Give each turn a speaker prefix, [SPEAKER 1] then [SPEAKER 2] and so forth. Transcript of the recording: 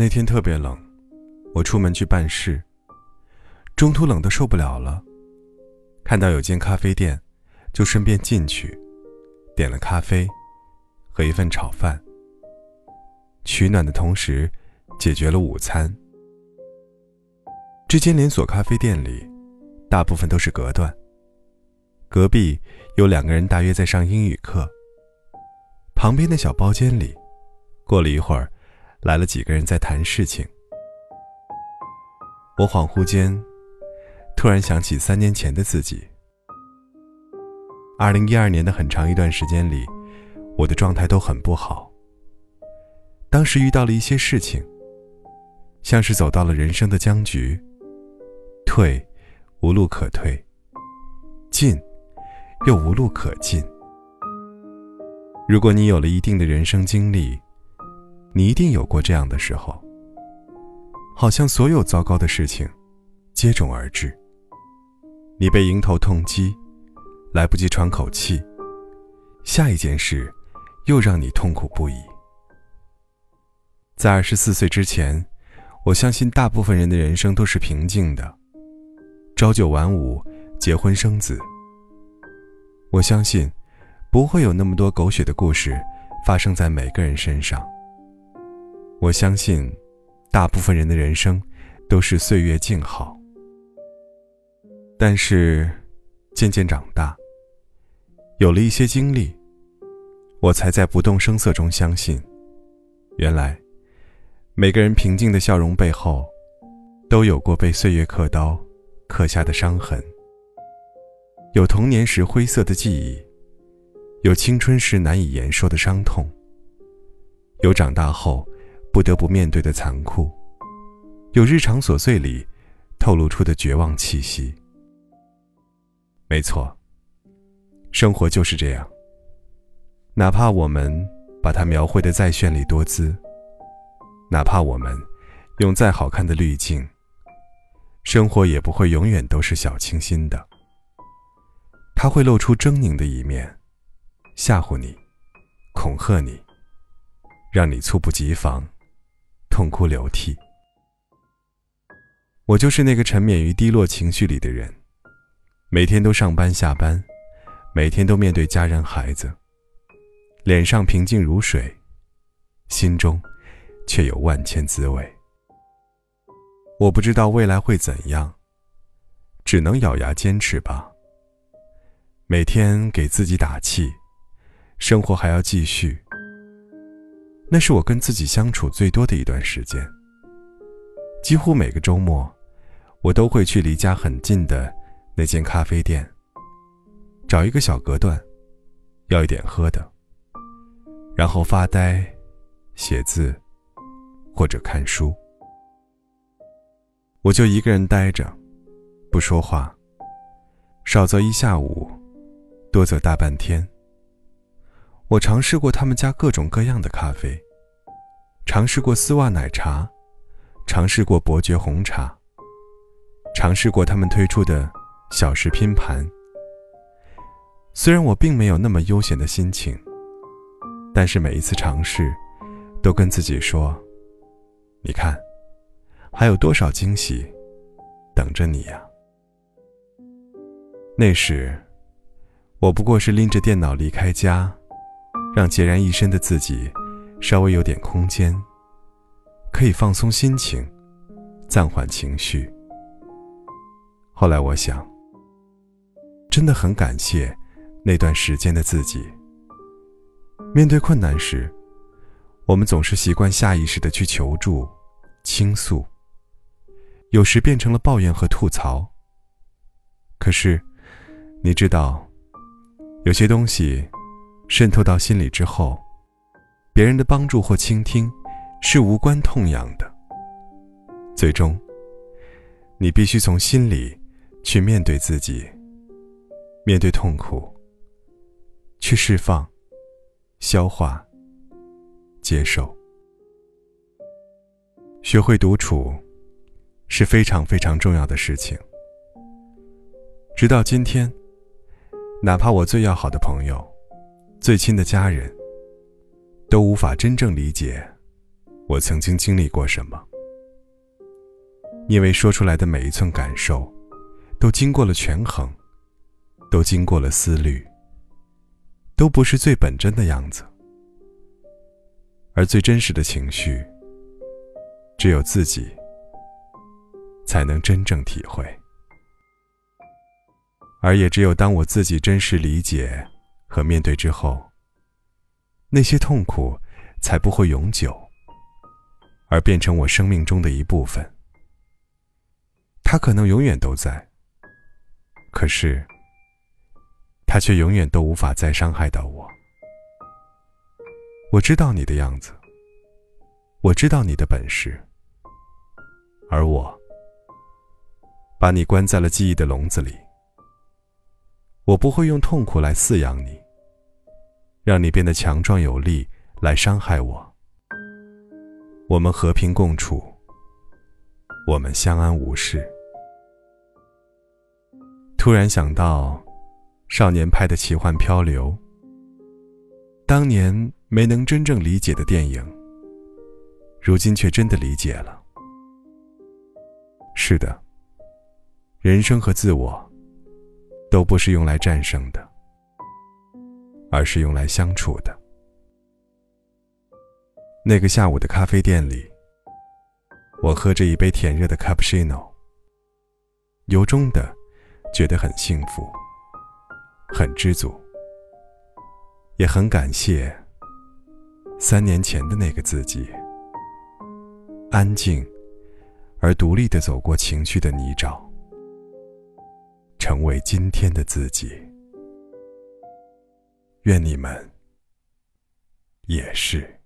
[SPEAKER 1] 那天特别冷，我出门去办事，中途冷得受不了了，看到有间咖啡店，就顺便进去，点了咖啡和一份炒饭，取暖的同时解决了午餐。这间连锁咖啡店里大部分都是隔断，隔壁有2个人大约在上英语课，旁边的小包间里过了一会儿来了几个人在谈事情。我恍惚间突然想起3年前的自己。2012年的很长一段时间里，我的状态都很不好。当时遇到了一些事情，像是走到了人生的僵局，退无路可退，进又无路可进。如果你有了一定的人生经历，你一定有过这样的时候，好像所有糟糕的事情接踵而至，你被迎头痛击，来不及喘口气，下一件事又让你痛苦不已。在24岁之前，我相信大部分人的人生都是平静的，朝9晚5，结婚生子。我相信不会有那么多狗血的故事发生在每个人身上。我相信大部分人的人生都是岁月静好。但是渐渐长大，有了一些经历，我才在不动声色中相信，原来每个人平静的笑容背后都有过被岁月刻刀刻下的伤痕，有童年时灰色的记忆，有青春时难以言说的伤痛，有长大后不得不面对的残酷，有日常琐碎里透露出的绝望气息。没错，生活就是这样，哪怕我们把它描绘得再绚丽多姿，哪怕我们用再好看的滤镜，生活也不会永远都是小清新的。它会露出狰狞的一面，吓唬你，恐吓你，让你猝不及防，痛哭流涕。我就是那个沉湎于低落情绪里的人，每天都上班下班，每天都面对家人孩子，脸上平静如水，心中却有万千滋味。我不知道未来会怎样，只能咬牙坚持吧。每天给自己打气，生活还要继续。那是我跟自己相处最多的一段时间，几乎每个周末我都会去离家很近的那间咖啡店，找一个小隔断，要一点喝的，然后发呆、写字或者看书。我就一个人待着，不说话，少则一下午，多则大半天。我尝试过他们家各种各样的咖啡，尝试过丝袜奶茶，尝试过伯爵红茶，尝试过他们推出的小食拼盘。虽然我并没有那么悠闲的心情，但是每一次尝试都跟自己说，你看还有多少惊喜等着你呀。那时我不过是拎着电脑离开家，让孑然一身的自己稍微有点空间，可以放松心情，暂缓情绪。后来我想，真的很感谢那段时间的自己。面对困难时，我们总是习惯下意识地去求助、倾诉，有时变成了抱怨和吐槽。可是你知道，有些东西渗透到心里之后，别人的帮助或倾听是无关痛痒的。最终，你必须从心里去面对自己，面对痛苦，去释放、消化、接受。学会独处是非常非常重要的事情。直到今天，哪怕我最要好的朋友、最亲的家人，都无法真正理解我曾经经历过什么，因为说出来的每一寸感受都经过了权衡，都经过了思虑，都不是最本真的样子，而最真实的情绪只有自己才能真正体会，而也只有当我自己真实理解和面对之后，那些痛苦才不会永久，而变成我生命中的一部分。它可能永远都在，可是它却永远都无法再伤害到我。我知道你的样子，我知道你的本事，而我把你关在了记忆的笼子里。我不会用痛苦来饲养你，让你变得强壮有力来伤害我。我们和平共处，我们相安无事。突然想到少年派的奇幻漂流，当年没能真正理解的电影，如今却真的理解了。是的，人生和自我都不是用来战胜的，而是用来相处的。那个下午的咖啡店里，我喝着一杯甜热的 cappuccino， 由衷的觉得很幸福，很知足，也很感谢3年前的那个自己，安静而独立地走过情绪的泥沼，成为今天的自己。愿你们也是。